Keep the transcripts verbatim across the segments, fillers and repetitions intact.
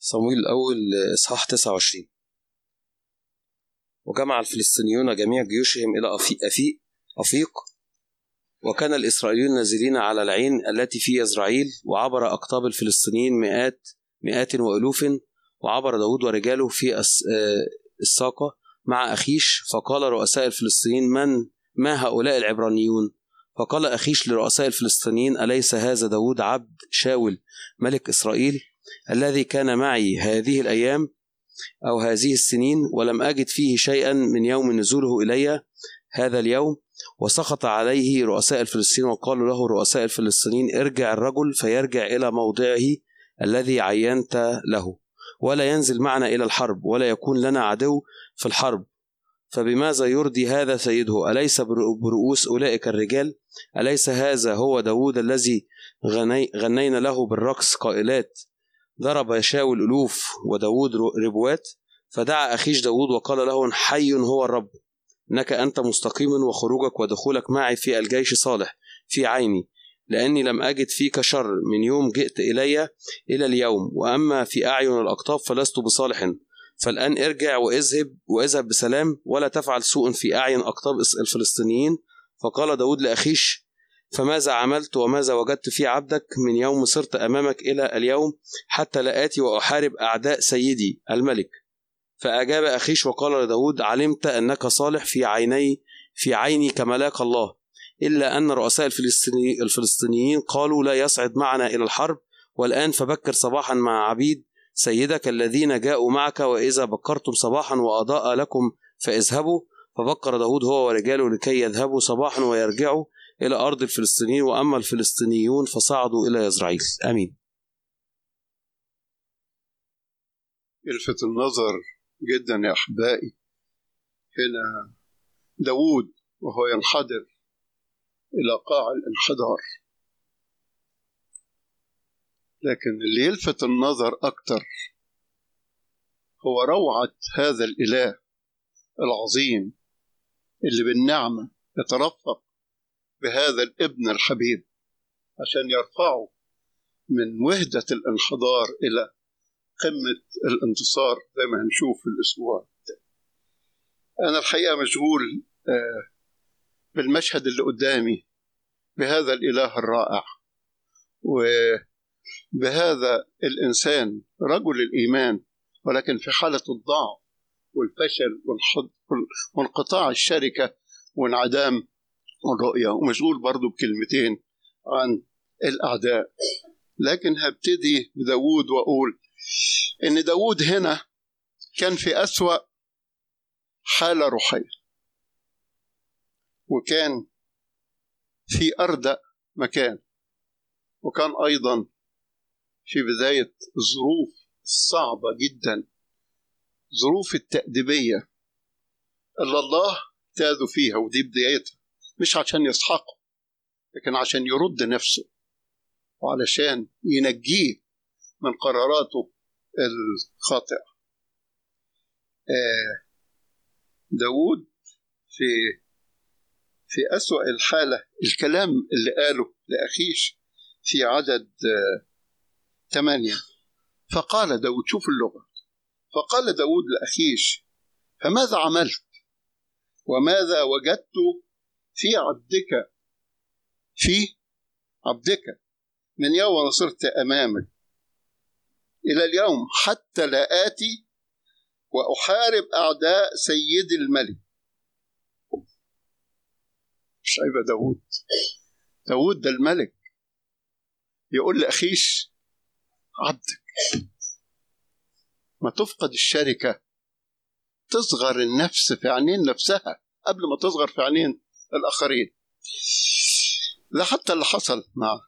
صموئيل الأول إصحاح تسعة وعشرين. وجمع الفلسطينيون جميع جيوشهم إلى أفيق, أفيق, أفيق وكان الإسرائيليون نازلين على العين التي في يزرعيل، وعبر أقطاب الفلسطينيين مئات مئات وألوف، وعبر داود ورجاله في الساقة مع أخيش. فقال رؤساء الفلسطينيين: من ما هؤلاء العبرانيون؟ فقال أخيش لرؤساء الفلسطينيين: أليس هذا داود عبد شاول ملك إسرائيل الذي كان معي هذه الأيام أو هذه السنين، ولم أجد فيه شيئا من يوم نزوله إلي هذا اليوم؟ وسخط عليه رؤساء الفلسطينيين، وقالوا له رؤساء الفلسطينيين: ارجع الرجل فيرجع إلى موضعه الذي عينت له، ولا ينزل معنا إلى الحرب، ولا يكون لنا عدو في الحرب. فبماذا يرضي هذا سيده؟ أليس برؤوس أولئك الرجال؟ أليس هذا هو داود الذي غني غنينا له بالرقص قائلات: ضرب شاول ألوف وداود ربوات؟ فدعا أخيش داود وقال له: حي هو الرب، إنك أنت مستقيم، وخروجك ودخولك معي في الجيش صالح في عيني، لأني لم أجد فيك شر من يوم جئت إلي إلى اليوم، وأما في أعين الأقطاب فلست بصالح. فالآن ارجع واذهب واذهب بسلام، ولا تفعل سوء في أعين أقطاب الفلسطينيين. فقال داود لأخيش: فماذا عملت وماذا وجدت في عبدك من يوم صرت أمامك إلى اليوم، حتى لا آتي وأحارب أعداء سيدي الملك؟ فأجاب أخيش وقال لداود: علمت أنك صالح في عيني في عيني كملاك الله، إلا أن رؤساء الفلسطيني الفلسطينيين قالوا: لا يصعد معنا إلى الحرب. والآن فبكر صباحا مع عبيد سيدك الذين جاءوا معك، وإذا بكرتم صباحا وأضاء لكم فاذهبوا. فبكر داود هو ورجاله لكي يذهبوا صباحا ويرجعوا إلى أرض الفلسطينيين، وأما الفلسطينيون فصعدوا إلى يزرعيل. آمين. يلفت النظر جدا يا أحبائي هنا داود وهو ينحدر إلى قاع الانحدار، لكن اللي يلفت النظر أكتر هو روعة هذا الإله العظيم اللي بالنعمة يترفق بهذا الابن الحبيب عشان يرفعه من وهدة الانحدار إلى قمة الانتصار زي ما هنشوف في الأسبوع. أنا الحقيقة مشغول بالمشهد اللي قدامي، بهذا الإله الرائع وبهذا الإنسان رجل الإيمان، ولكن في حالة الضعف والفشل وانقطاع الشركة وانعدام الرؤية. ومشغول برضو بكلمتين عن الأعداء، لكن هبتدي بداود وأقول إن داود هنا كان في أسوأ حالة روحية، وكان في أردأ مكان، وكان أيضا في بداية الظروف الصعبة جدا، ظروف التأديبية اللي الله تاذوا فيها، ودي بدايتها مش عشان يسحقه، لكن عشان يرد نفسه وعلشان ينجيه من قراراته الخاطئة. داود في في أسوأ الحالة. الكلام اللي قاله لأخيش في عدد ثمانية: فقال داود، شوف اللغة، فقال داود لأخيش: فماذا عملت وماذا وجدت في عبدك في عبدك من يوم صرت أمامك إلى اليوم، حتى لا آتي وأحارب أعداء سيد الملك؟ مش عيب داود؟ داود ده الملك يقول لأخيش عبدك. ما تفقد الشركة تصغر النفس في عينين نفسها قبل ما تصغر في عينين الآخرين. ده حتى اللي حصل مع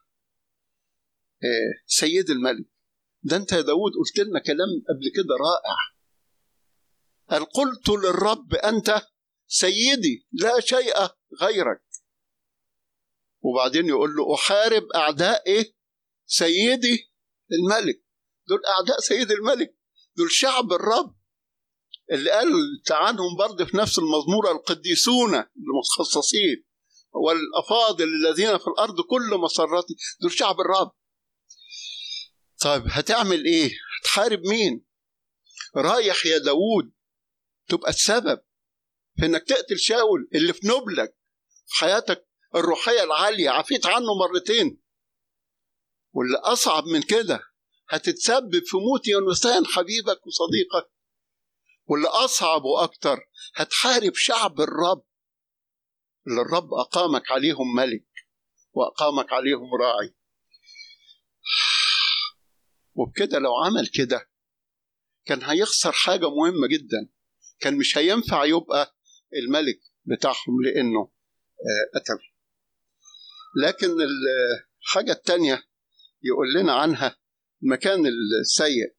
سيد الملك. ده انت يا داود قلت لنا كلام قبل كده رائع، قال: قلت للرب أنت سيدي لا شيء غيرك. وبعدين يقول له: أحارب أعداء سيدي الملك. دول أعداء سيد الملك، دول شعب الرب اللي قال عنهم برضه في نفس المزمور: القديسون المخصصين والأفاضل الذين في الأرض كل مسراتي. دول شعب الرب. طيب هتعمل إيه؟ هتحارب مين؟ رايح يا داود تبقى السبب في انك تقتل شاول اللي في نبلك في حياتك الروحية العالية، عفيت عنه مرتين. واللي أصعب من كده هتتسبب في موت يونسان حبيبك وصديقك. واللي أصعب وأكتر هتحارب شعب الرب اللي الرب أقامك عليهم ملك وأقامك عليهم راعي. وبكده لو عمل كده كان هيخسر حاجة مهمة جدا، كان مش هينفع يبقى الملك بتاعهم لأنه قتل. لكن الحاجة التانية يقول لنا عنها المكان السيء.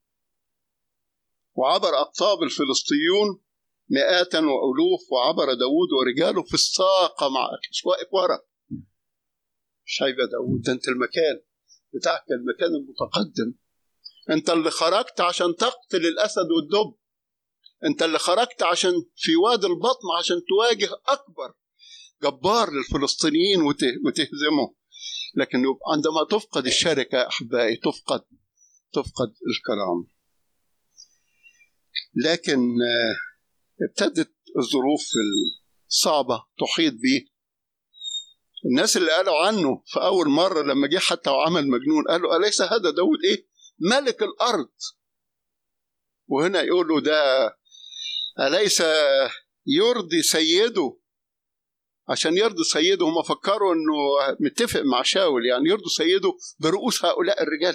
وعبر أقطاب الفلسطينيون مئات وألوف، وعبر داود ورجاله في الساقة مع أخيش. واقف ورا شايفة داود، انت المكان بتاعك المكان المتقدم، انت اللي خرجت عشان تقتل الأسد والدب، انت اللي خرجت عشان في وادي البطن عشان تواجه أكبر جبار للفلسطينيين وتهزمه. لكن عندما تفقد الشركة أحبائي تفقد تفقد الكرامة. لكن ابتدت الظروف الصعبة تحيط به. الناس اللي قالوا عنه في أول مرة لما جه حتى وعمل مجنون قالوا أليس هذا داود إيه؟ ملك الأرض. وهنا يقولوا ده أليس يرضي سيده؟ عشان يرضوا سيده هم فكروا أنه متفق مع شاول، يعني يرضوا سيده برؤوس هؤلاء الرجال.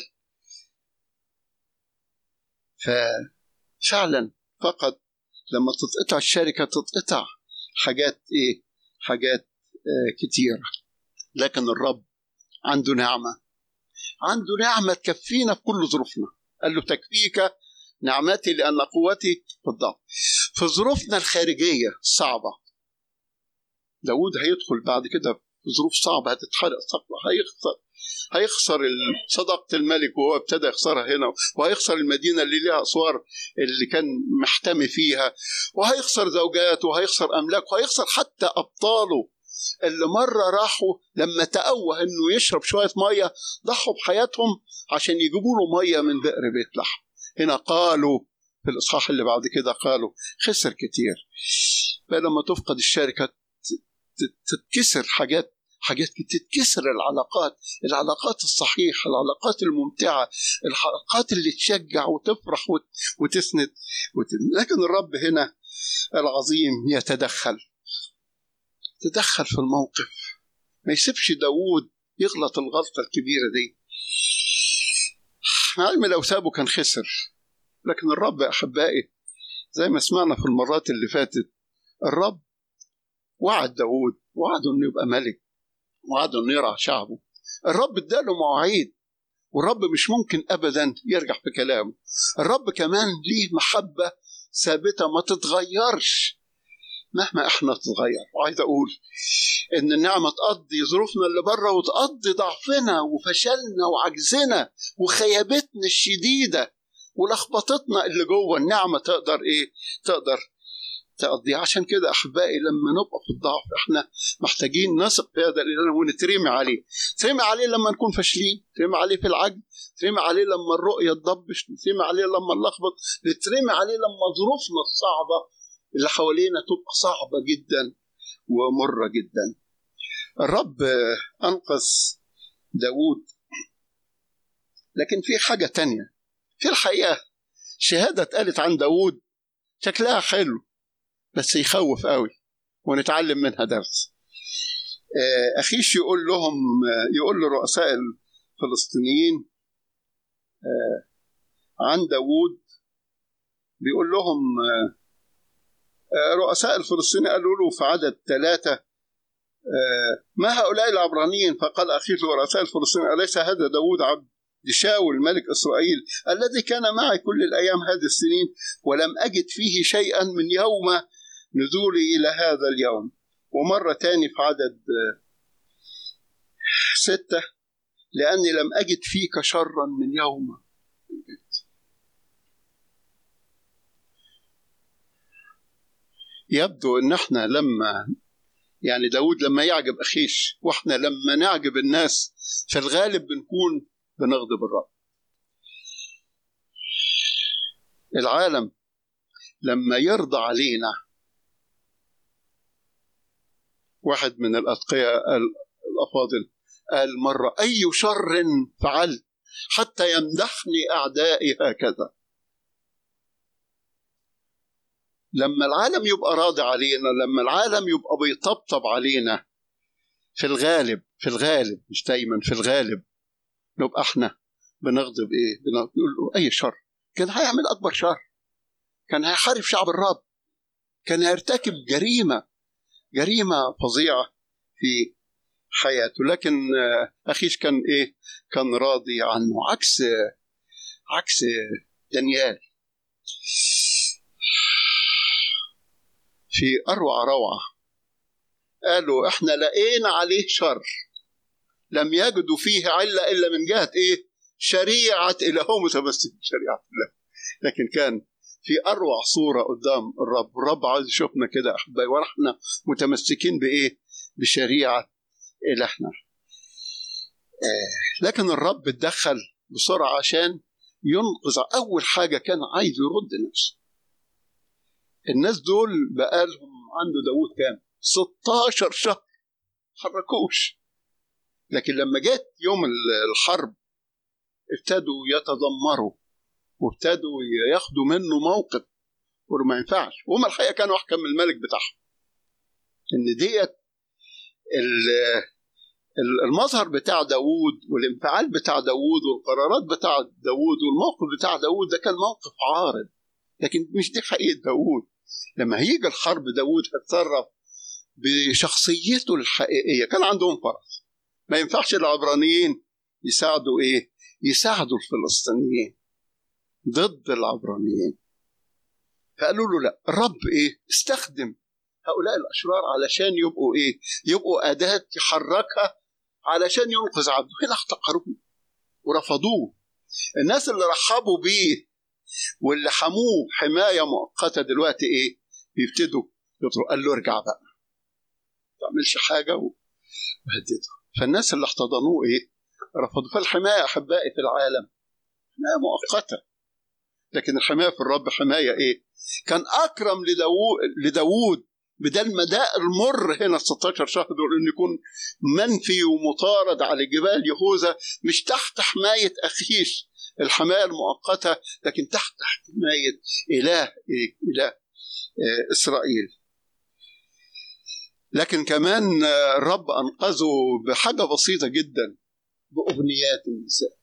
ففعلا فقط لما تتقطع الشركة تتقطع حاجات إيه؟ حاجات آه كتيرة. لكن الرب عنده نعمة، عنده نعمة تكفينا في كل ظروفنا. قال له تكفيك نعمتي لأن قوتي في الضعف. في ظروفنا الخارجية الصعبة داود هيدخل بعد كده في ظروف صعبة، هتتحرق صقلة، هيخسر هيخسر صداقة الملك وهو ابتدى يخسرها هنا، وهيخسر المدينة اللي ليها أسوار اللي كان محتمي فيها، وهيخسر زوجاته، وهيخسر أملاكه، وهيخسر حتى أبطاله اللي مرة راحوا لما تأوه إنه يشرب شوية مية ضحوا بحياتهم عشان يجيبوا له مية من بئر بيت لحم. هنا قالوا في الإصحاح اللي بعد كده قالوا خسر كتير. فلما تفقد الشركة تتكسر حاجات حاجات تتكسر العلاقات العلاقات الصحيحة، العلاقات الممتعة، العلاقات اللي تشجع وتفرح وتسند. لكن الرب هنا العظيم يتدخل تدخل في الموقف، ما يسيبش داود يغلط الغلطة الكبيرة دي. علم لو سابه كان خسر. لكن الرب أحبائي زي ما سمعنا في المرات اللي فاتت الرب وعد داود، وعده انه يبقى ملك، وعده انه يرعى شعبه. الرب اداله مواعيد، والرب مش ممكن ابدا يرجع في كلامه. الرب كمان ليه محبة ثابتة ما تتغيرش مهما احنا تتغير. وعايز اقول ان النعمة تقضي ظروفنا اللي بره وتقضي ضعفنا وفشلنا وعجزنا وخيابتنا الشديدة ولخبطتنا اللي جوه. النعمة تقدر ايه؟ تقدر تقضي. عشان كده أحبائي لما نبقى في الضعف إحنا محتاجين نثق في هذا الإله ونترمي عليه. نترمي عليه لما نكون فاشلين، نترمي عليه في العجز، نترمي عليه لما الرؤية تضبش، نترمي عليه لما نلخبط، نترمي عليه لما ظروفنا الصعبة اللي حوالينا تبقى صعبة جدا ومرة جدا. الرب أنقذ داود. لكن في حاجة تانية في الحقيقة، شهادة قالت عن داود شكلها حلو بس يخوف قوي ونتعلم منها درس. أخيش يقول لهم يقول لرؤساء الفلسطينيين عن داود، بيقول لهم رؤساء الفلسطينيين قالوا له في عدد ثلاثة ما هؤلاء العبرانيين؟ فقال أخيش لرؤساء الفلسطينيين أليس هذا داود عبد شاول ملك إسرائيل الذي كان معي كل الأيام هذه السنين ولم أجد فيه شيئا من يوم نزولي إلى هذا اليوم. ومرة تاني في عدد ستة لأني لم أجد فيك شرا من يوم. يبدو أن احنا لما يعني داود لما يعجب أخيش واحنا لما نعجب الناس في الغالب بنكون بنغضب الرب. العالم لما يرضى علينا. واحد من الأتقياء الأفاضل قال مرة: أي شر فعلت حتى يمدحني أعدائي هكذا. لما العالم يبقى راضي علينا، لما العالم يبقى بيطبطب علينا، في الغالب في الغالب مش دايما، في الغالب نبقى احنا بنغضب ايه؟ بنقول له اي شر. كان هيعمل اكبر شر، كان هيحارب شعب الرب، كان هيرتكب جريمة جريمة فظيعة في حياته. لكن أخيش كان إيه؟ كان راضي عنه، عكس عكس دانيال. في أروع روعة قالوا: إحنا لقينا عليه شر لم يجدوا فيه علة إلا من جهة إيه؟ شريعة إلهه، متمسك بشريعة الله. لكن كان في أروع صورة قدام الرب. الرب عايز يشوفنا كده أحبائي، ونحن متمسكين بإيه؟ بشريعة إلهنا. آه. لكن الرب اتدخل بسرعة عشان ينقذ. أول حاجة كان عايز يرد نفسه. الناس دول بقالهم عنده داود كام؟ ستاشر شهر حركوش. لكن لما جت يوم الحرب ابتدوا يتذمروا وابتدوا ياخدوا منه موقف، وما ينفعش. وهم الحقيقة كانوا أحكم من الملك بتاعهم. إن ديت المظهر بتاع داود والانفعال بتاع داود والقرارات بتاع داود والموقف بتاع داود ده كان موقف عارض، لكن مش دي حقيقة داود. لما هيجي الحرب داود هتصرف بشخصيته الحقيقية. كان عندهم فرس، ما ينفعش العبرانيين يساعدوا إيه؟ يساعدوا الفلسطينيين ضد العبرانيين. فقالوا له لا، الرب إيه؟ استخدم هؤلاء الأشرار علشان يبقوا إيه؟ يبقوا أداة يحركها علشان ينقذ عبده. هنا احتقروه ورفضوه. الناس اللي رحبوا بيه واللي حموه حماية مؤقتة دلوقتي إيه؟ بيبتدوا يطرقوا. قال له ارجع بقى، ما تعملش حاجة، وهدده. فالناس اللي احتضنوه إيه؟ رفضوا. فالحماية أحبائي في العالم حماية مؤقتة، لكن الحماية في الرب حماية إيه؟ كان أكرم لداود, لداود بدل مداء المر هنا ستاشر شهر دول إنه يكون منفي ومطارد على جبال يهوذا، مش تحت حماية أخيش الحماية المؤقتة، لكن تحت حماية إله إيه؟ إله إيه؟ إسرائيل. لكن كمان الرب أنقذه بحاجة بسيطة جدا، بأغنيات النساء.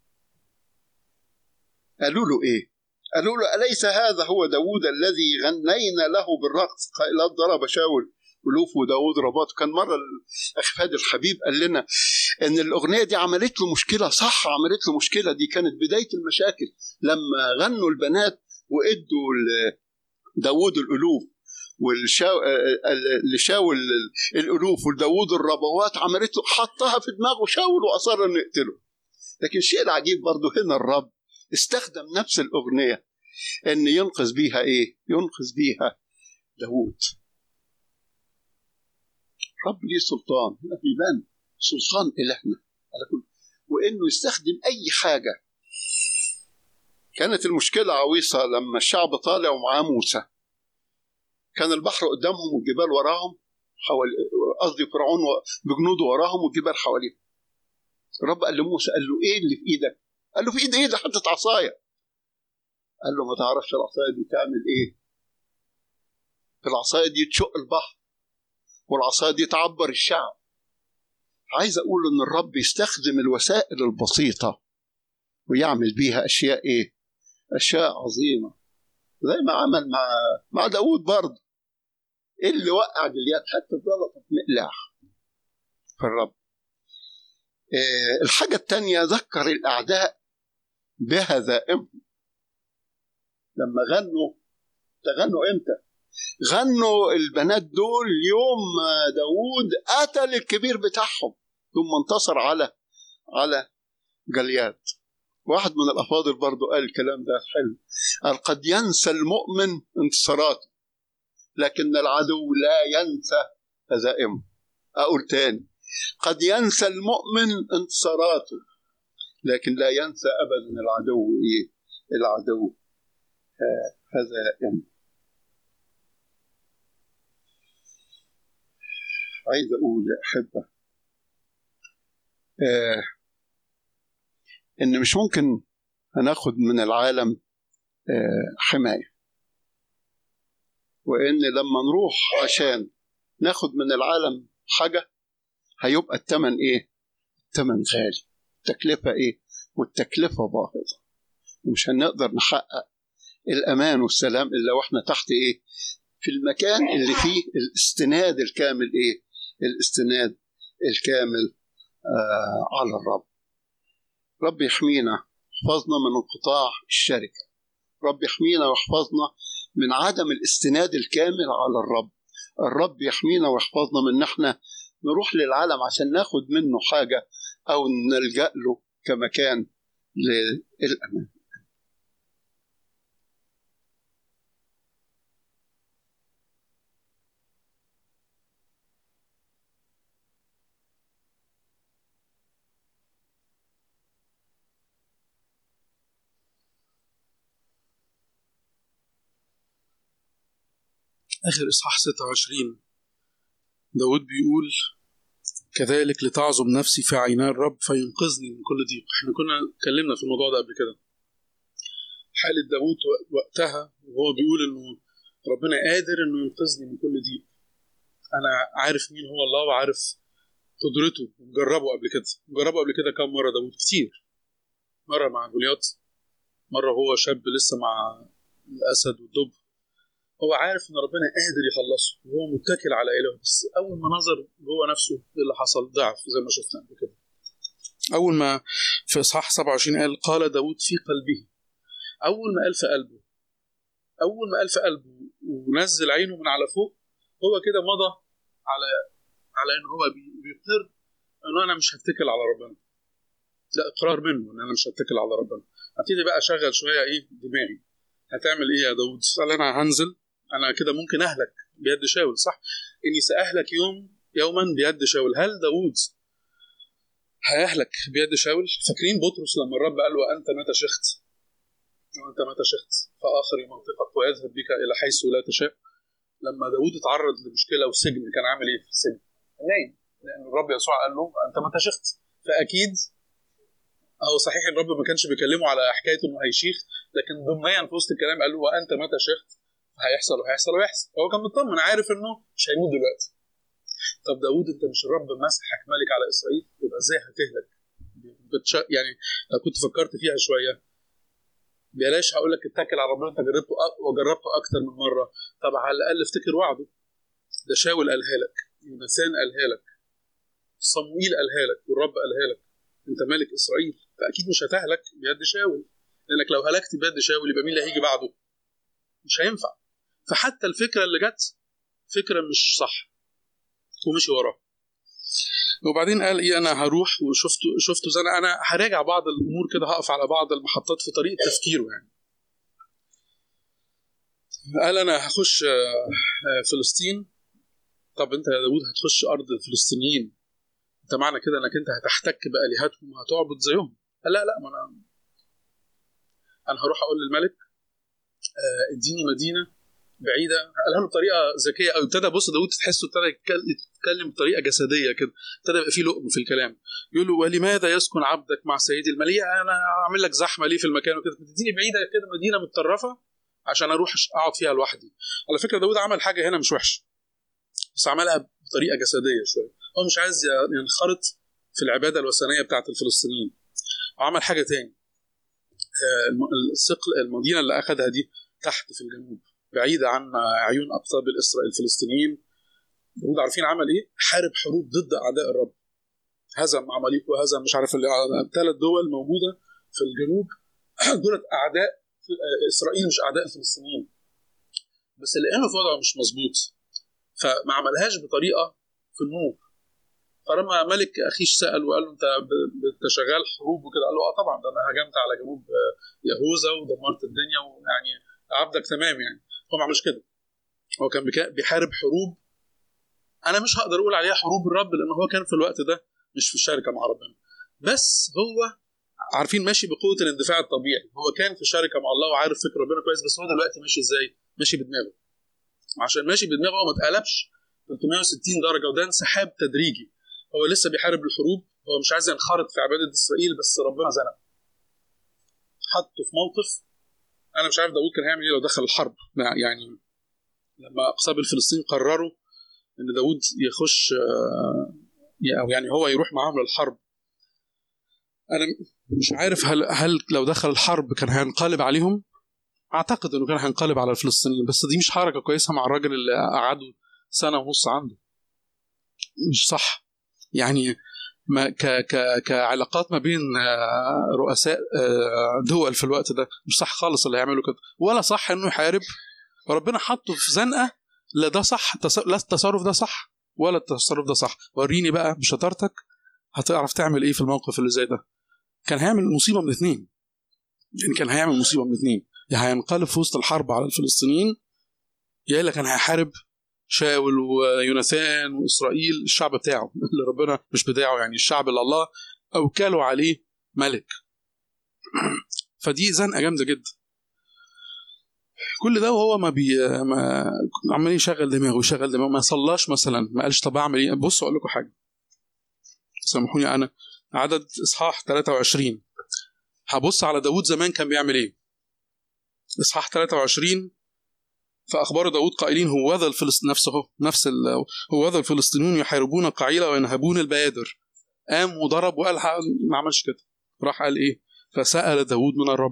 قالوا له إيه؟ قالوا له: أليس هذا هو داود الذي غنينا له بالرقص قائلات ضرب شاول ألوف وداود رباط؟ كان مرة الأخ فادي الحبيب قال لنا إن الأغنية دي عملت له مشكلة. صح، عملت له مشكلة. دي كانت بداية المشاكل لما غنوا البنات وإدوا داود الألوف والشاول الألوف وداود الربوات. عملت له، حطها في دماغه شاول وأصر أن يقتله. لكن الشيء العجيب برضو هنا الرب استخدم نفس الأغنية أن ينقذ بيها إيه؟ ينقذ بيها داود. رب ليه سلطان. هنا بيبان سلطان إلهنا على كل، وإنه يستخدم أي حاجة. كانت المشكلة عويصة لما الشعب طالع ومعاه موسى، كان البحر قدامهم والجبال وراهم، حوالي قصدي فرعون بجنوده وراهم والجبال حواليهم. الرب قال لموسى، قال له: إيه اللي في إيدك؟ قال له: في إيد إيه؟ ده حتة عصاية. قال له: ما تعرفش العصاية دي تعمل إيه؟ العصاية دي تشق البحر، والعصاية دي تعبر الشعب. عايز أقول إن الرب يستخدم الوسائل البسيطة ويعمل بيها أشياء إيه؟ أشياء عظيمة، زي ما عمل مع مع داود برضه. إيه اللي وقع جليات؟ حتى ضغطت مقلاع في الرب. إيه الحاجة التانية؟ ذكر الأعداء بهزائمهم. لما غنوا، تغنوا إمتى؟ غنوا البنات دول يوم داود قتل الكبير بتاعهم ثم انتصر على على جليات. واحد من الأفاضل برضو قال الكلام ده حلو، قال: قد ينسى المؤمن انتصاراته لكن العدو لا ينسى هزائمه. أقول تاني، قد ينسى المؤمن انتصاراته لكن لا ينسى أبدا العدو إيه؟ العدو آه هذا يعني عايز أقول يا أحبة آه إن مش ممكن هناخد من العالم آه حماية، وإن لما نروح عشان ناخد من العالم حاجة هيبقى الثمن إيه؟ الثمن غالي، التكلفة إيه؟ والتكلفة باهظة، ومش هنقدر نحقق الأمان والسلام إلا وإحنا تحت إيه؟ في المكان اللي فيه الاستناد الكامل إيه؟ الاستناد الكامل آه على الرب. رب يحمينا، يحفظنا من انقطاع الشركة، رب يحمينا ويحفظنا من عدم الاستناد الكامل على الرب. الرب يحمينا ويحفظنا من نحن نروح للعالم عشان ناخد منه حاجة أو نلجأ له كمكان للأمان. آخر إصحاح ستة وعشرين داود بيقول كذلك لتعظم نفسي في عيني الرب فينقذني من كل ضيق. احنا كنا اتكلمنا في الموضوع ده قبل كده، حالة داود وقتها وهو بيقول انه ربنا قادر انه ينقذني من كل ضيق. انا عارف مين هو الله وعارف قدرته، وجربه قبل كده. جربه قبل كده كم مرة داود؟ كتير. مرة مع جوليات، مرة هو شاب لسه مع الأسد والدب. هو عارف ان ربنا قادر يخلصه وهو متكل على اله، بس اول ما نظر جوه نفسه اللي حصل ضعف زي ما شفنا قبل كده. اول ما في اصحاح سبعة وعشرين قال قال داود في قلبه، اول ما قال في قلبه اول ما قال في قلبه ونزل عينه من على فوق، هو كده مضى على على ان هو بيقر انه انا مش هتكل على ربنا. لا، اقرار منه ان انا مش هتكل على ربنا. هبتدي بقى اشغل شويه ايه دماغي. هتعمل ايه يا داود؟ قال انا هنزل، أنا كده ممكن أهلك بيد شاول، صح؟ إني سأهلك يوم يوما بيد شاول. هل داود هيهلك بيد شاول؟ فاكرين بطرس لما الرب قال له أنت متى شخت وأنت متى شخت فآخر منطقك ويذهب بك إلى حيث لا تشاء. لما داود اتعرض لمشكلة وسجن، كان عامل إيه في السجن؟ نايم، لأن الرب يسوع قال له أنت متى شخت. فأكيد أو صحيح الرب ما كانش بيكلمه على حكاية إنه هيشيخ، لكن ضمنيا في وسط الكلام قال له وأنت متى شخت هيحصل وهيحصل ويحصل. هو كان مطمن، عارف انه مش هيموت دلوقتي. طب داود انت مش الرب مسحك ملك على اسرائيل؟ يبقى ازاي هتهلك؟ بتش... يعني لو كنت فكرت فيها شويه، بلاش هقول لك اتكل على ربنا، انت جربته أ... وجربته اكتر من مره. طب على الاقل افتكر وعده. ده شاول قالها لك، يوناثان قالها لك، صموئيل قالها لك، والرب قالها لك. انت ملك اسرائيل، فاكيد مش هتهلك بيد شاول، لانك لو هلكت بيد شاول يبقى مين اللي هيجي بعده؟ مش هينفع. فحتى الفكرة اللي جت فكرة مش صح ومشي وراها. وبعدين قال ايه؟ انا هروح وشفته شفته زي انا هراجع بعض الامور كده، هقف على بعض المحطات في طريقة تفكيره. يعني قال انا هخش فلسطين. طب انت يا داود هتخش ارض الفلسطينيين، انت معنى كده انك انت هتحتك بآلهتهم وهتعبد زيهم؟ قال لا لا، ما انا انا هروح اقول للملك اديني مدينة بعيدة. قالها له بطريقة ذكية أو ابتدى بص داود تحسه ابتدى يتكلم بطريقة جسدية كده، ابتدى يبقى فيه لقم في الكلام. يقول له ولماذا يسكن عبدك مع سيدي المليء؟ أنا أعمل لك زحمة ليه في المكان وكده؟ تديني بعيدة كده مدينة متطرفة عشان أروح أقعد فيها لوحدي. على فكرة داود عمل حاجة هنا مش وحش، بس عملها بطريقة جسدية شوية. هو مش عايز ينخرط في العبادة الوثنية بتاعت الفلسطينيين. وعمل حاجة تاني، الثقل المدينة اللي أخذها دي تحت في الجنوب بعيدة عن عيون أقطاب الإسرائيل الفلسطينيين. داود عارفين عمل إيه؟ حارب حروب ضد أعداء الرب، هزم عماليق وهزم مش عارف ثلاث دول موجودة في الجنوب. دولت أعداء إسرائيل مش أعداء الفلسطينيين، بس لأنه في وضعه مش مظبوط فما عملهاش بطريقة في النور. فلما ملك أخيش سأل وقال له أنت شغال حروب وكده، قال له آه طبعا، ده أنا هجمت على جنوب يهوذا ودمرت الدنيا ويعني عبدك تمام. يعني هو ما عملش كده، هو كان بيحارب حروب انا مش هقدر اقول عليها حروب الرب، لان هو كان في الوقت ده مش في الشركه مع ربنا، بس هو عارفين ماشي بقوه الاندفاع الطبيعي. هو كان في شركه مع الله وعارف فكر ربنا كويس، بس هو دلوقتي ماشي ازاي؟ ماشي بدماغه. عشان ماشي بدماغه هو ما اتقلبش ثلاثمية وستين درجه، وده انسحاب تدريجي. هو لسه بيحارب الحروب، هو مش عايز ينخرط في عباده اسرائيل، بس ربنا زنقه حطه في موقف. انا مش عارف داوود كان هيعمل ايه لو دخل الحرب. يعني لما اقصاب الفلسطين قرروا ان داوود يخش او يعني هو يروح معاهم للحرب، انا مش عارف هل هل لو دخل الحرب كان هينقلب عليهم. اعتقد انه كان هينقلب على الفلسطينيين، بس دي مش حركه كويسه مع الراجل اللي قعدوا سنه ونص عنده. مش صح يعني. ما ك ك كعلاقات ما بين رؤساء دول في الوقت ده مش صح خالص اللي هيعملوا كده، ولا صح انه يحارب. وربنا حطه في زنقه. لا ده صح، لا التصرف ده صح ولا التصرف ده صح. وريني بقى بشطارتك هتعرف تعمل ايه في الموقف اللي زي ده. كان هيعمل مصيبه من اثنين. يعني كان هيعمل مصيبه من اثنين، يا هينقلب في وسط الحرب على الفلسطينيين، يا الا كان هيحارب شاول ويوناثان واسرائيل، الشعب بتاعه اللي ربنا مش بتاعه، يعني الشعب اللي الله اوكلوا عليه ملك. فدي زنقه جامده جدا. كل ده وهو ما بي ما عمال يشغل دماغه ويشغل دماغه، ما صلاش مثلا، ما قالش طب اعمل ايه. بصوا اقول لكم حاجه، سامحوني. انا عدد اصحاح ثلاثة وعشرين هبص على داود زمان كان بيعمل ايه. اصحاح ثلاثة وعشرين، فاخبار داود قائلين هو ذا الفلسطين نفسه نفس ال... هو ذا الفلسطينيون يحاربون قعيلة وينهبون البيادر. قام وضرب وقال ما عملش كده. راح قال ايه؟ فسأل داود من الرب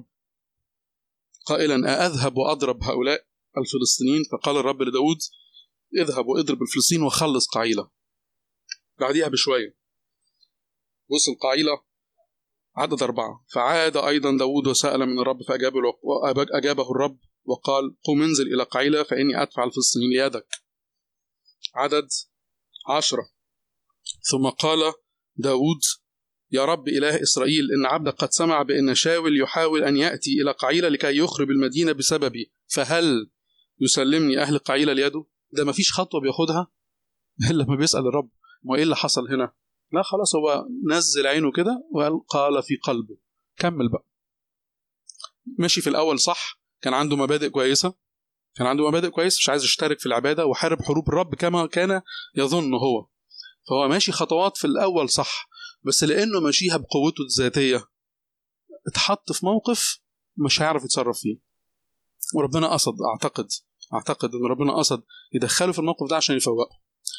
قائلا أذهب وأضرب هؤلاء الفلسطينيين؟ فقال الرب لداود اذهب واضرب الفلسطين وخلص قعيلة. بعديها بشوية وصل قعيلة عدد أربعة. فعاد أيضا داود وسأل من الرب فأجابه أجابه الرب وقال قم انزل إلى قعيلة فإني أدفع الفلسطينيين ليدك. عدد عشرة. ثم قال داود يا رب إله إسرائيل إن عبدك قد سمع بأن شاول يحاول أن يأتي إلى قعيلة لكي يخرب المدينة بسببي، فهل يسلمني أهل قعيلة ليده؟ ده ما فيش خطوة بياخدها إلا ما بيسأل الرب ما إيه اللي حصل هنا. لا خلاص، هو نزل عينه كده وقال في قلبه. كمل بقى. ماشي في الأول صح، كان عنده مبادئ كويسة، كان عنده مبادئ كويس، مش عايز يشترك في العبادة وحارب حروب الرب كما كان يظن هو. فهو ماشي خطوات في الأول صح، بس لأنه ماشيها بقوته الذاتية اتحط في موقف مش هيعرف يتصرف فيه. وربنا قصد أعتقد أعتقد أن ربنا قصد يدخله في الموقف ده عشان يفوقه.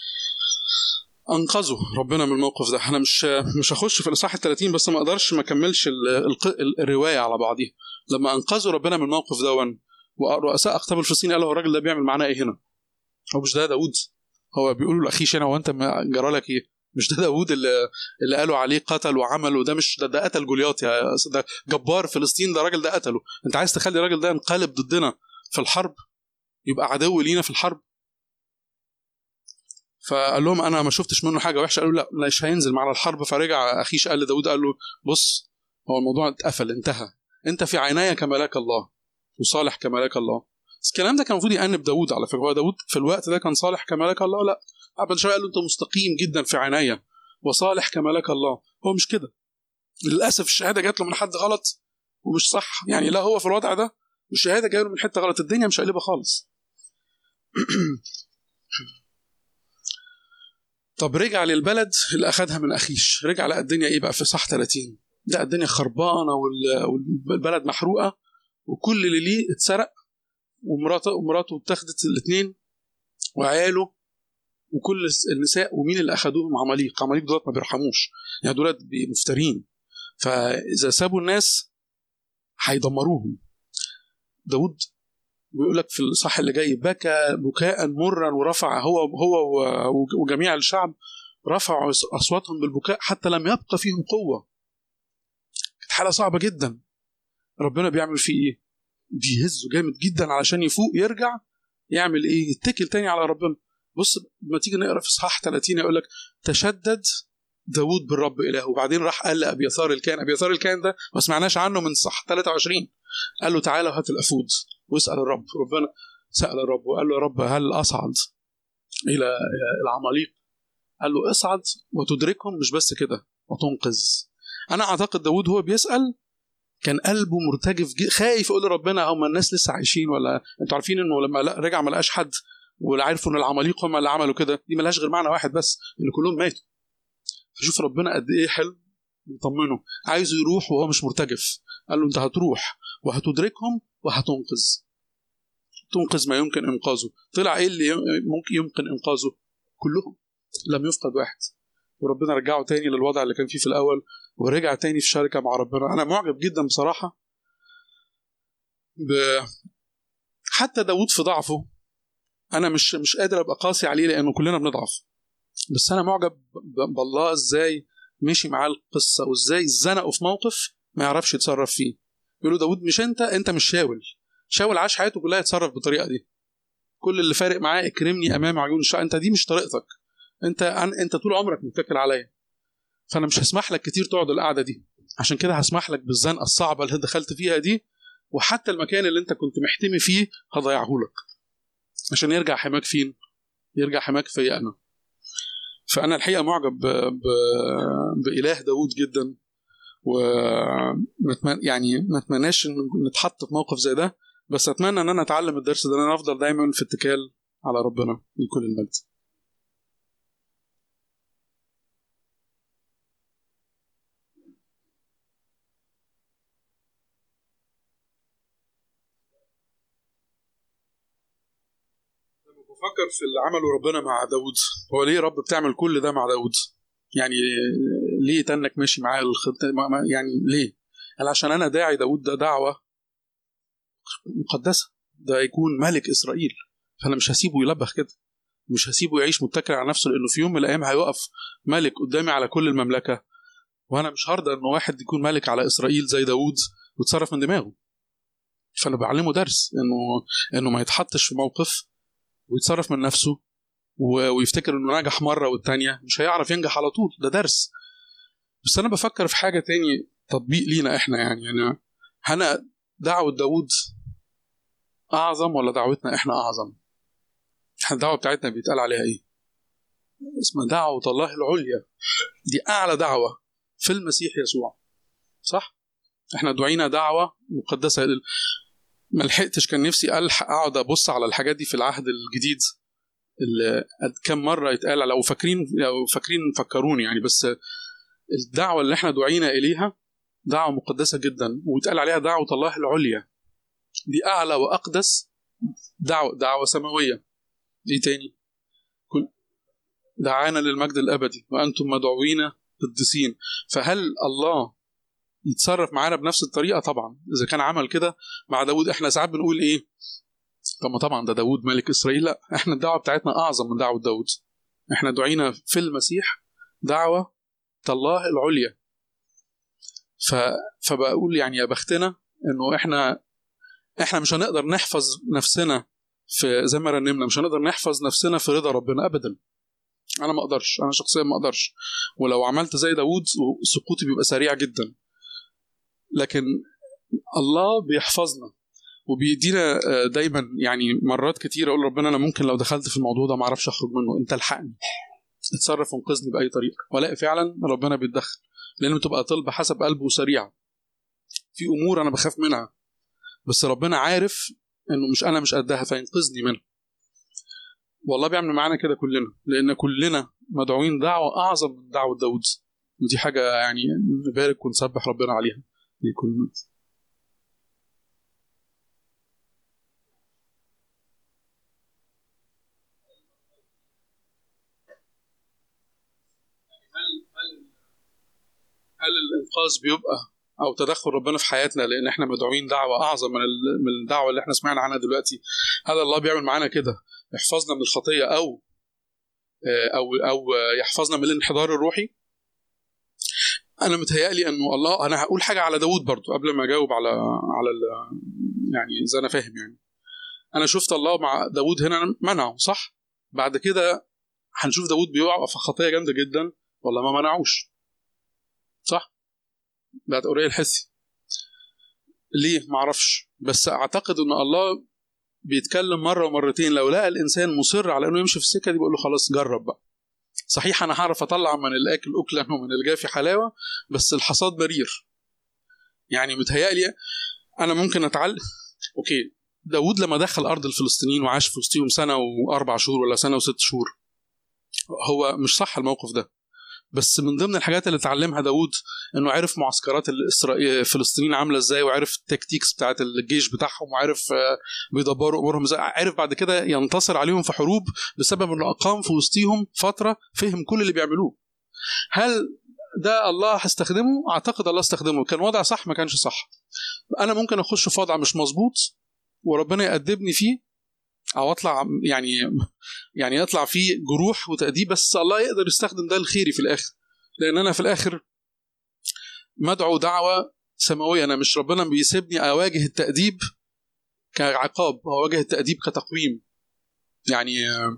أنقذه ربنا من الموقف ده. أنا مش مش هخش في الإصحاح الثلاثين، بس ما أقدرش ما كملش الرواية على بعضها. لما أنقذه ربنا من الموقف ده ورؤساء أقطاب الفلسطين قالوا الراجل ده بيعمل معنا إيه هنا؟ هو مش ده داود؟ هو بيقولوا لأخيش هنا وأنت جرى لك إيه؟ مش ده داود اللي اللي قالوا عليه قتل وعمل؟ وده مش ده, ده قتل جولياط، يا ده جبار فلسطين، ده راجل ده قتله. أنت عايز تخلي الراجل ده ينقلب ضدنا في الحرب، يبقى عدو لينا في الحرب؟ فقال لهم انا ما شفتش منه حاجه وحشه. قالوا لا مش هينزل معنا الحرب. فرجع اخيش قال لداود قال له بص، هو الموضوع اتقفل انتهى، انت في عيناي كملاك الله وصالح كملاك الله. بس الكلام ده كان المفروض يأنب داود على فكره. هو داود في الوقت ده كان صالح كملاك الله؟ لا، بعد شويه قال له انت مستقيم جدا في عيناي وصالح كملاك الله. هو مش كده للاسف. الشهاده جات له من حد غلط ومش صح يعني. لا هو في الوضع ده والشهاده جايه له من حته غلط. الدنيا مش قلبه خالص. طب رجع للبلد اللي أخدها من أخيش، رجع لقى الدنيا إيه بقى في صح ثلاثين؟ لا الدنيا خربانة والبلد محروقة وكل اللي ليه اتسرق، ومراته ومراته اتخذت الاثنين وعياله وكل النساء. ومين اللي أخدوهم؟ عماليق. عماليق دولت ما بيرحموش يعني، دولت مفترين. فإذا سابوا الناس هيدمروهم. داود بيقول لك في الصح اللي جاي بكى بكاء مرا ورفع هو هو وجميع الشعب رفعوا أصواتهم بالبكاء حتى لم يبقى فيهم قوة. كانت حالة صعبة جدا. ربنا بيعمل فيه إيه؟ بيهزه جامد جدا علشان يفوق يرجع يعمل إيه؟ يتكل تاني على ربنا. بص لما تيجي نقرأ في إصحاح ثلاثين يقول لك تشدد داود بالرب إلهه. وبعدين راح قال لأبيثار الكاهن. أبيثار الكاهن ده ما سمعناش عنه من صح ثلاثة وعشرين. قال له تعالى وهات الأفود واسأل الرب. ربنا سأل الرب وقال له يا رب هل أصعد إلى العماليق؟ قال له اصعد وتدركهم، مش بس كده وتنقذ. انا اعتقد داود هو بيسال كان قلبه مرتجف، خايف يقول لربنا هم الناس لسه عايشين ولا انتوا عارفين انه لما رجع ما لقاش حد ولا عارفوا ان العماليق هم اللي عملوا كده، دي ملهاش غير معنى واحد بس، ان كلهم ماتوا. فشوف ربنا قد ايه حلو يطمنه، عايزه يروح وهو مش مرتجف. قال له انت هتروح وهتدركهم وهتنقذ، تنقذ ما يمكن انقاذه. طلع ايه اللي ممكن يمكن انقاذه؟ كلهم، لم يفقد واحد. وربنا رجعه تاني للوضع اللي كان فيه في الاول، ورجع تاني في شركه مع ربنا. انا معجب جدا بصراحه ب... حتى داود في ضعفه، انا مش مش قادر ابقى قاسي عليه لانه كلنا بنضعف، بس انا معجب ب... بالله ازاي مشي معاه القصه، وازاي اتزنقوا في موقف ما يعرفش يتصرف فيه. يقولوا داود مش انت انت مش شاول. شاول عاش حياته كلها يتصرف بالطريقه دي، كل اللي فارق معاه اكرمني امام عيون الشعب. انت دي مش طريقتك، انت انت طول عمرك متكل عليا، فانا مش هسمح لك كتير تقعد القعده دي، عشان كده هسمح لك بالزنقه الصعبه اللي دخلت فيها دي، وحتى المكان اللي انت كنت محتمي فيه هضيعه لك عشان يرجع حماك فين؟ يرجع حماك فيا انا. فانا الحقيقه معجب ب... ب... باله داود جدا، و يعني ما اتمناش ان نتحط في موقف زي ده، بس اتمنى ان انا اتعلم الدرس ده، ان انا افضل دايما في اتكال على ربنا لكل المجد. بفكر في اللي عمله ربنا مع داود، هو ليه رب بتعمل كل ده مع داود؟ يعني ليه تنك ماشي معاه الخطة؟ يعني ليه؟ قال عشان انا داعي داود ده دعوة مقدسة، ده يكون ملك اسرائيل، فانا مش هسيبه يلبخ كده، مش هسيبه يعيش متكل على نفسه، لانه في يوم من الايام هيوقف ملك قدامي على كل المملكة، وانا مش هرضى انه واحد يكون ملك على اسرائيل زي داود وتصرف من دماغه. فانا بعلمه درس انه انه ما يتحطش في موقف ويتصرف من نفسه ويفتكر انه نجح مرة والتانية، مش هيعرف ينجح على طول، ده درس. بس انا بفكر في حاجة تاني تطبيق لينا احنا، يعني يعني هنا دعوة داود اعظم ولا دعوتنا احنا اعظم؟ احنا الدعوة بتاعتنا بيتقال عليها ايه؟ اسمها دعوة الله العليا، دي اعلى دعوة في المسيح يسوع، صح؟ احنا دعينا دعوة مقدسة. ما لحقتش، كان نفسي الحق اقعد ابص على الحاجات دي في العهد الجديد اللي كم مرة يتقال، لو فاكرين لو فاكرين فكروني يعني. بس الدعوة اللي احنا دعينا إليها دعوة مقدسة جدا، ويتقال عليها دعوة الله العليا، دي أعلى وأقدس دعوة، دعوة سماوية. دي تاني كل دعانا للمجد الأبدي وأنتم مدعوين قدسين. فهل الله يتصرف معانا بنفس الطريقة؟ طبعا. إذا كان عمل كده مع داود، احنا ساعات بنقول إيه؟ طب طبعا ده داود ملك إسرائيل. لا، احنا الدعوة بتاعتنا أعظم من دعوة داود. احنا دعينا في المسيح دعوة الله العليا. ف... فبقول يعني يا بختنا انه احنا احنا مش هنقدر نحفظ نفسنا في زي ما رنمنا، مش هنقدر نحفظ نفسنا في رضا ربنا ابدا. انا ما اقدرش، انا شخصيا ما اقدرش، ولو عملت زي داود سقوطي بيبقى سريع جدا. لكن الله بيحفظنا وبيدينا دايما، يعني مرات كتير اقول ربنا انا ممكن لو دخلت في الموضوع ده ما اعرفش اخرج منه، انت الحقني، اتصرف وانقذني باي طريقه. والاقي فعلا ربنا بيتدخل، لان بتبقى طلبه حسب قلبه سريعه. في امور انا بخاف منها بس ربنا عارف انه مش انا مش قدها فينقذني منها. والله بيعمل معانا كده كلنا، لان كلنا مدعوين دعوه اعظم من دعوه داود، ودي حاجه يعني نبارك ونسبح ربنا عليها لكل الناس. هل الانقاذ بيبقى او تدخل ربنا في حياتنا لان احنا مدعوين دعوه اعظم من من الدعوه اللي احنا سمعنا عنها دلوقتي؟ هذا الله بيعمل معانا كده، يحفظنا من الخطيه او او او يحفظنا من الانحدار الروحي؟ انا متهيألي انه الله، انا هقول حاجه على داود برضو قبل ما اجاوب على على يعني اذا انا فاهم. يعني انا شفت الله مع داود هنا منعه، صح؟ بعد كده هنشوف داود بيقع في خطيه جامده جدا والله ما منعوش، صح؟ بعد أوريا الحسي. ليه؟ معرفش، بس أعتقد أن الله بيتكلم مرة ومرتين، لو لقى الإنسان مصر على أنه يمشي في السكة دي بيقول له خلاص جرب بقى، صحيح أنا هعرف أطلع من الأكل أكلا ومن الجافي حلاوة، بس الحصاد مرير. يعني متهيألي أنا ممكن أتعلم. أوكي، داود لما دخل أرض الفلسطينيين وعاش في وسطهم سنة وأربع شهور ولا سنة وست شهور، هو مش صح الموقف ده، بس من ضمن الحاجات اللي اتعلمها داود انه عرف معسكرات الفلسطينيين عامله ازاي، وعرف التكتيكس بتاعت الجيش بتاعهم، وعرف بيدبروا امورهم ازاي، عرف بعد كده ينتصر عليهم في حروب بسبب انه اقام في وسطهم فتره فهم كل اللي بيعملوه. هل ده الله هستخدمه؟ اعتقد الله استخدمه. كان وضع صح؟ ما كانش صح. انا ممكن اخش في وضع مش مظبوط وربنا يأدبني فيه، او اطلع يعني يعني يطلع فيه جروح وتأديب، بس الله يقدر يستخدم ده الخيري في الاخر، لان انا في الاخر مدعو دعوه سماويه. انا مش ربنا بيسيبني اواجه التأديب كعقاب، او اواجه التأديب كتقويم. يعني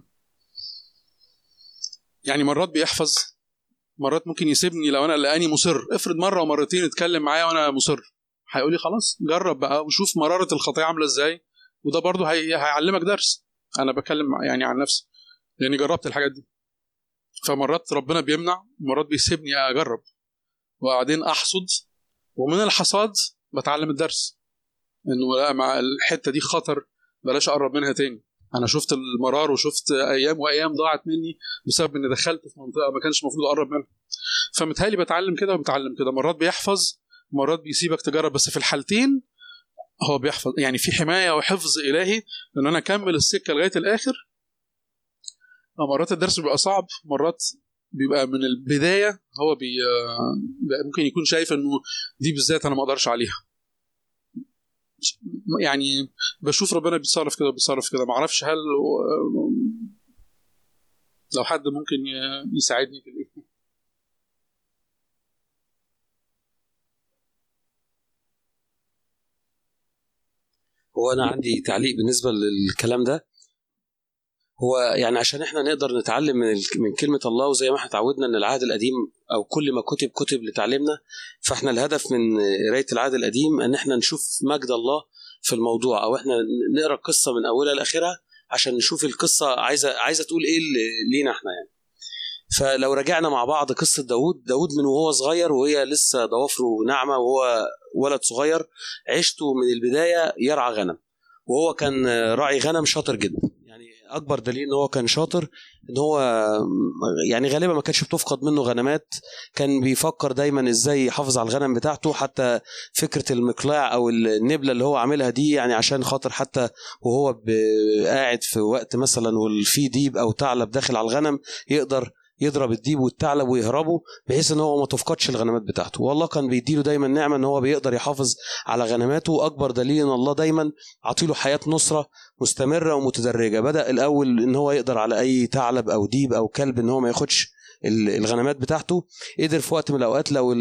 يعني مرات بيحفظ، مرات ممكن يسيبني لو انا لقاني مصر. افرض مره ومرتين اتكلم معايا وانا مصر، هيقولي خلاص جرب بقى وشوف مراره الخطيه عامله ازاي، وده برضو هي... هيعلمك درس. انا بكلم يعني عن نفسي لاني جربت الحاجات دي. فمرات ربنا بيمنع، مرات بيسيبني اجرب وبعدين احصد، ومن الحصاد بتعلم الدرس انه لا، مع الحته دي خطر، بلاش اقرب منها تاني. انا شفت المرار وشفت ايام وايام ضاعت مني بسبب اني دخلت في منطقه ما كانش المفروض اقرب منها. فمتهيألي بتعلم كده وبتعلم كده. مرات بيحفظ، مرات بيسيبك تجرب، بس في الحالتين هو بيحفظ. يعني في حماية وحفظ إلهي إن أنا أكمل السكة لغاية الآخر. مرات الدرس بيبقى صعب، مرات بيبقى من البداية هو بي ممكن يكون شايف إنه دي بالذات أنا ما أقدرش عليها. يعني بشوف ربنا بيتصرف كده بيتصرف كده. معرفش هل لو حد ممكن يساعدني في الإيه. هو أنا عندي تعليق بالنسبة للكلام ده. هو يعني عشان احنا نقدر نتعلم من من كلمة الله، وزي ما احنا تعودنا ان العهد القديم او كل ما كتب كتب لتعليمنا، فاحنا الهدف من قراية العهد القديم ان احنا نشوف مجد الله في الموضوع، او احنا نقرا القصة من اولها لاخرها عشان نشوف القصة عايزة عايزة تقول ايه لينا احنا يعني. فلو رجعنا مع بعض قصة داود داود من وهو صغير وهي لسه ضوافره ناعمة وهو ولد صغير، عشته من البداية يرعى غنم، وهو كان راعي غنم شاطر جدا. يعني اكبر دليل ان هو كان شاطر ان هو يعني غالبا ما كانش بتفقد منه غنمات، كان بيفكر دايما ازاي يحافظ على الغنم بتاعته. حتى فكرة المقلاع او النبلة اللي هو عاملها دي يعني عشان خاطر حتى وهو قاعد في وقت مثلا والفي ديب او ثعلب داخل على الغنم يقدر يضرب الديب والثعلب ويهربوا بحيث ان هو ما تفقدش الغنمات بتاعته. والله كان بيديله دايما نعمه ان هو بيقدر يحافظ على غنماته. اكبر دليل ان الله دايما عطيله حياه نصره مستمره ومتدرجه. بدا الاول ان هو يقدر على اي ثعلب او ديب او كلب ان هو ما ياخدش الغنمات بتاعته. قدر في وقت من الاوقات لو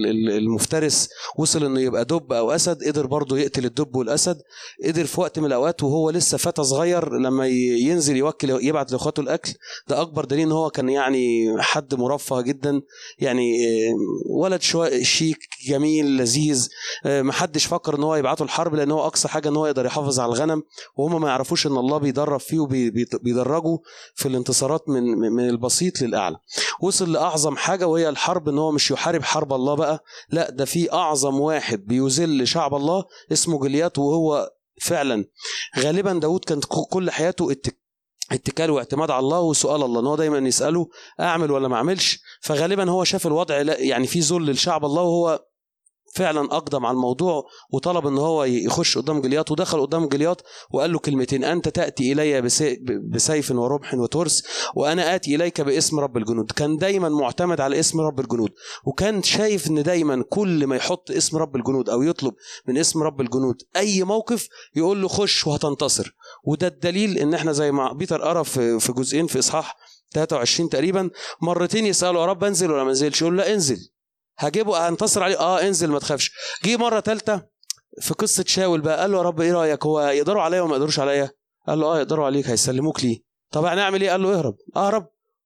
المفترس وصل انه يبقى دب او اسد قدر برضه يقتل الدب والاسد. قدر في وقت من الاوقات وهو لسه فتى صغير لما ينزل يوكل يبعت لاخواته الاكل. ده اكبر دليل ان هو كان يعني حد مرفه جدا، يعني ولد شيك جميل لذيذ. محدش فكر ان هو يبعته الحرب لان هو اقصى حاجه ان هو يقدر يحافظ على الغنم، وهم ما يعرفوش ان الله بيدرب فيه وبيدرجوا في الانتصارات من من البسيط للاعلى. وصل لأعظم حاجة وهي الحرب، ان هو مش يحارب حرب الله بقى، لا ده في أعظم واحد بيذل شعب الله اسمه جوليات. وهو فعلا غالبا داود كانت كل حياته اتكال واعتماد على الله وسؤال الله، ان هو دايما يسأله أعمل ولا ما أعملش. فغالبا هو شاف الوضع يعني في ذل للشعب الله، وهو فعلا أقدم على الموضوع وطلب ان هو يخش قدام جوليات. ودخل قدام جوليات وقال له كلمتين: أنت تأتي إلي بسيف ورمح وترس وأنا آتي إليك باسم رب الجنود. كان دايما معتمد على اسم رب الجنود، وكان شايف ان دايما كل ما يحط اسم رب الجنود او يطلب من اسم رب الجنود اي موقف يقول له خش وهتنتصر. وده الدليل ان احنا زي ما بيتر قرأ في جزئين في إصحاح ثلاثة وعشرين تقريبا مرتين يسأله: يا رب انزل ولا ما انزلش؟ يقول له لا انزل هجيبه هنتصر عليه. اه انزل ما تخافش. جه مره ثالثه في قصه شاول بقى قال له: يا رب ايه رايك، هو يقدروا عليا وما يقدروش عليا؟ قال له اه يقدروا عليك، هيسلموك ليه. طب هنعمل ايه؟ قال له اهرب. اهرب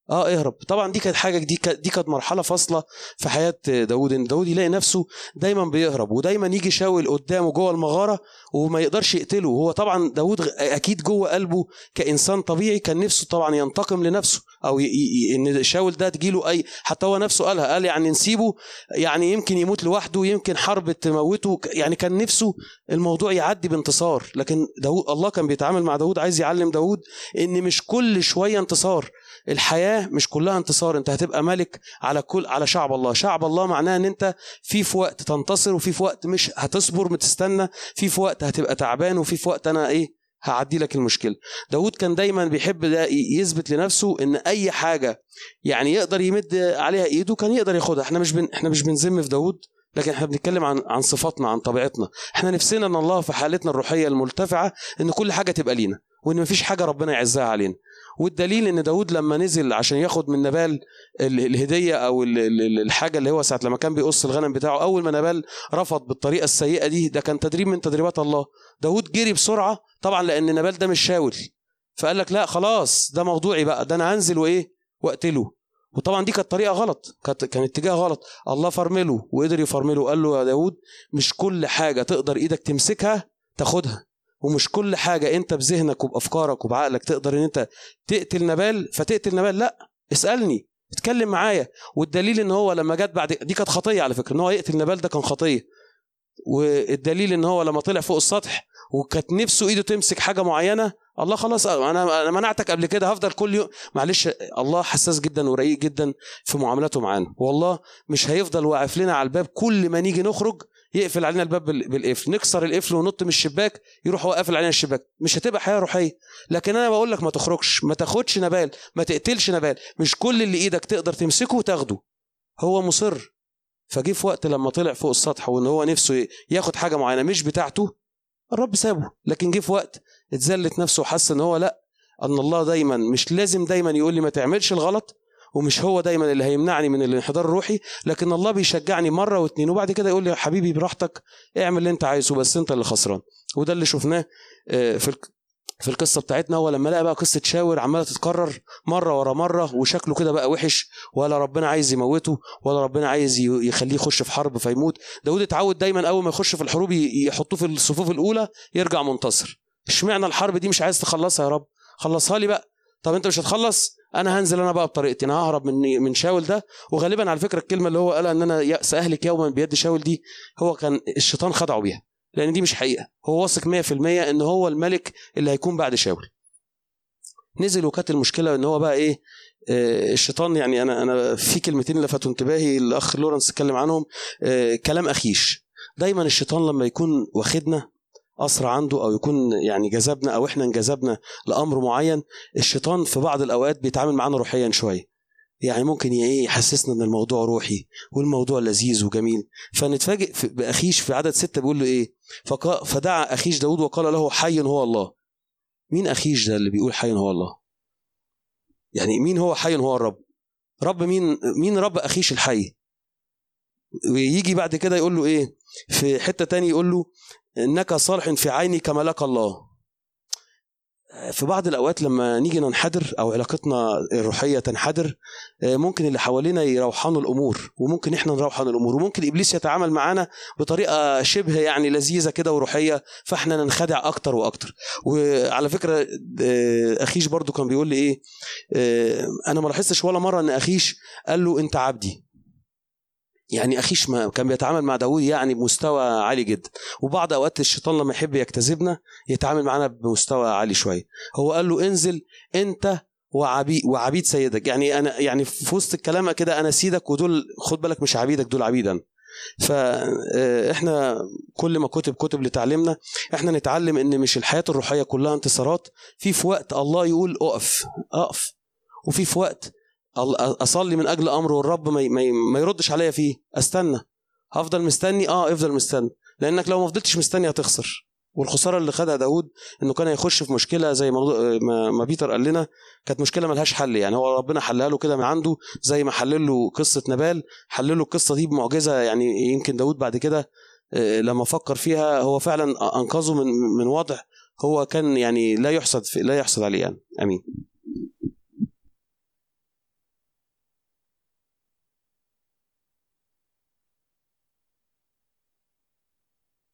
اه اهرب. طبعا دي كانت حاجه دي كانت دي كانت مرحله فاصله في حياه داود، ان داود يلاقي نفسه دايما بيهرب، ودايما يجي شاول قدامه جوه المغاره وما يقدرش يقتله. هو طبعا داود اكيد جوه قلبه كانسان طبيعي كان نفسه طبعا ينتقم لنفسه، او ي... ي... ان شاول ده تجيله اي، حتى هو نفسه قالها، قال يعني نسيبه يعني يمكن يموت لوحده، يمكن حرب تموته، يعني كان نفسه الموضوع يعدي بانتصار. لكن داود الله كان بيتعامل مع داود، عايز يعلم داود ان مش كل شويه انتصار، الحياة مش كلها انتصار. انت هتبقى ملك على كل على شعب الله. شعب الله معناه ان انت في في وقت تنتصر، وفي في وقت مش هتصبر متستنى، في في وقت هتبقى تعبان، وفي في وقت انا ايه هعدي لك المشكلة. داود كان دايما بيحب ده يثبت لنفسه ان اي حاجة يعني يقدر يمد عليها ايده كان يقدر ياخدها. احنا مش بن... احنا مش بنذم في داود، لكن احنا بنتكلم عن عن صفاتنا، عن طبيعتنا. احنا نفسنا ان الله في حالتنا الروحية المرتفعة ان كل حاجة تبقى لينا، وان مفيش حاجة ربنا يعزها علينا. والدليل ان داود لما نزل عشان ياخد من نبال الهدية او الحاجة اللي هو ساعة لما كان بيقص الغنم بتاعه، اول ما نبال رفض بالطريقة السيئة دي، ده كان تدريب من تدريبات الله. داود جري بسرعة طبعا لان نبال ده مش شاول، فقال لك لا خلاص ده موضوعي بقى، ده انا هنزل وايه واقتله. وطبعا دي كانت طريقة غلط، كانت كان اتجاه غلط. الله فرمله وقدر يفرمله، قال له يا داود مش كل حاجة تقدر ايدك تمسكها تاخدها، ومش كل حاجة انت بذهنك وبأفكارك وبعقلك تقدر ان انت تقتل نبال فتقتل نبال. لا، اسألني، اتكلم معايا. والدليل ان هو لما جت بعد دي كانت خطية على فكرة، ان هو يقتل نبال ده كان خطية. والدليل ان هو لما طلع فوق السطح وكانت نفسه ايده تمسك حاجة معينة، الله خلاص انا انا منعتك قبل كده، هفضل كل يوم. معلش، الله حساس جدا ورقيق جدا في معاملاته معانا، والله مش هيفضل واقف لنا على الباب كل ما نيجي نخرج يقفل علينا الباب بالقفل، نكسر القفل ونط من الشباك يروح هو قافل علينا الشباك. مش هتبقى حياة روحية. لكن انا بقول لك ما تخرجش، ما تاخدش نبال، ما تقتلش نبال، مش كل اللي ايدك تقدر تمسكه وتاخده. هو مصر. فجي في وقت لما طلع فوق السطح وان هو نفسه ياخد حاجة معينة مش بتاعته، الرب سابه. لكن جه في وقت اتذلت نفسه وحس ان هو لا، ان الله دايما مش لازم دايما يقول لي ما تعملش الغلط، ومش هو دايما اللي هيمنعني من الانحدار الروحي، لكن الله بيشجعني مرة واثنين وبعد كده يقول لي يا حبيبي براحتك اعمل اللي انت عايزه، بس انت اللي خسران. وده اللي شفناه في في القصة بتاعتنا. هو لما لقى بقى قصة شاور عمالة تتكرر مرة ورا مرة وشكله كده بقى وحش، ولا ربنا عايز يموته ولا ربنا عايز يخليه يخش في حرب فيموت. داود اتعود دايما اول ما يخش في الحروب يحطوه في الصفوف الاولى يرجع منتصر. اشمعنى الحرب دي مش عايز تخلصها يا رب؟ خلصها لي بقى. طب انت مش هتخلص، انا هنزل انا بقى بطريقتي، انا ههرب من من شاول ده. وغالبا على فكرة الكلمة اللي هو قالها ان انا سأهلك يوما بيد شاول دي، هو كان الشيطان خدعه بيها، لان دي مش حقيقة. هو واثق مية في المية ان هو الملك اللي هيكون بعد شاول. نزل وكانت المشكلة ان هو بقى ايه، آه الشيطان. يعني انا انا في كلمتين لفتوا انتباهي الاخ لورنس اتكلم عنهم. آه كلام اخيش. دايما الشيطان لما يكون واخدنا أسرع عنده، أو يكون يعني جذبنا أو إحنا انجذبنا لأمر معين، الشيطان في بعض الأوقات بيتعامل معنا روحيا شوية. يعني ممكن إيه يحسسنا إن الموضوع روحي والموضوع لذيذ وجميل. فنتفاجئ بأخيش في عدد ستة بيقول له إيه، فدعا أخيش داود وقال له حي هو الله. مين أخيش ده اللي بيقول حي هو الله؟ يعني مين هو حي هو الرب؟ رب مين؟ مين رب أخيش الحي؟ ويجي بعد كده يقول له إيه في حتة تاني، يقول له إنك صالح في عيني كملك الله. في بعض الأوقات لما نيجي ننحدر أو علاقتنا الروحية تنحدر، ممكن اللي حوالينا يروحانوا الأمور، وممكن إحنا نروحان الأمور، وممكن إبليس يتعامل معنا بطريقة شبه يعني لذيذة كده وروحية، فإحنا ننخدع أكتر وأكتر. وعلى فكرة أخيش برضو كان بيقول لي إيه، أنا ما لاحظتش ولا مرة إن أخيش قال له أنت عبدي. يعني أخيش ما كان بيتعامل مع داود يعني بمستوى عالي جدا. وبعض أوقات الشيطان لما يحب يجتذبنا يتعامل معنا بمستوى عالي شوية. هو قال له انزل أنت وعبيد وعبيد سيدك. يعني أنا يعني في وسط الكلام كده أنا سيدك، ودول خد بالك مش عبيدك، دول عبيدا. فإحنا كل ما كتب كتب لتعلمنا إحنا نتعلم إن مش الحياة الروحية كلها انتصارات. في في وقت الله يقول أقف أقف، وفي في وقت أصلي من أجل أمره والرب ما ما يردش عليا فيه، أستنى. هفضل مستني، آه افضل مستني، لأنك لو ما فضلتش مستني هتخسر. والخسارة اللي خدها داود إنه كان يخش في مشكلة زي ما ما بيتر قال لنا، كانت مشكلة ملهاش حل. يعني هو ربنا حلها له كده من عنده، زي ما حلل له قصة نبال، حلل له القصة دي بمعجزة. يعني يمكن داود بعد كده لما فكر فيها هو فعلا أنقذه من من وضع هو كان يعني لا يحسد لا يحسد عليه يعني. أمين.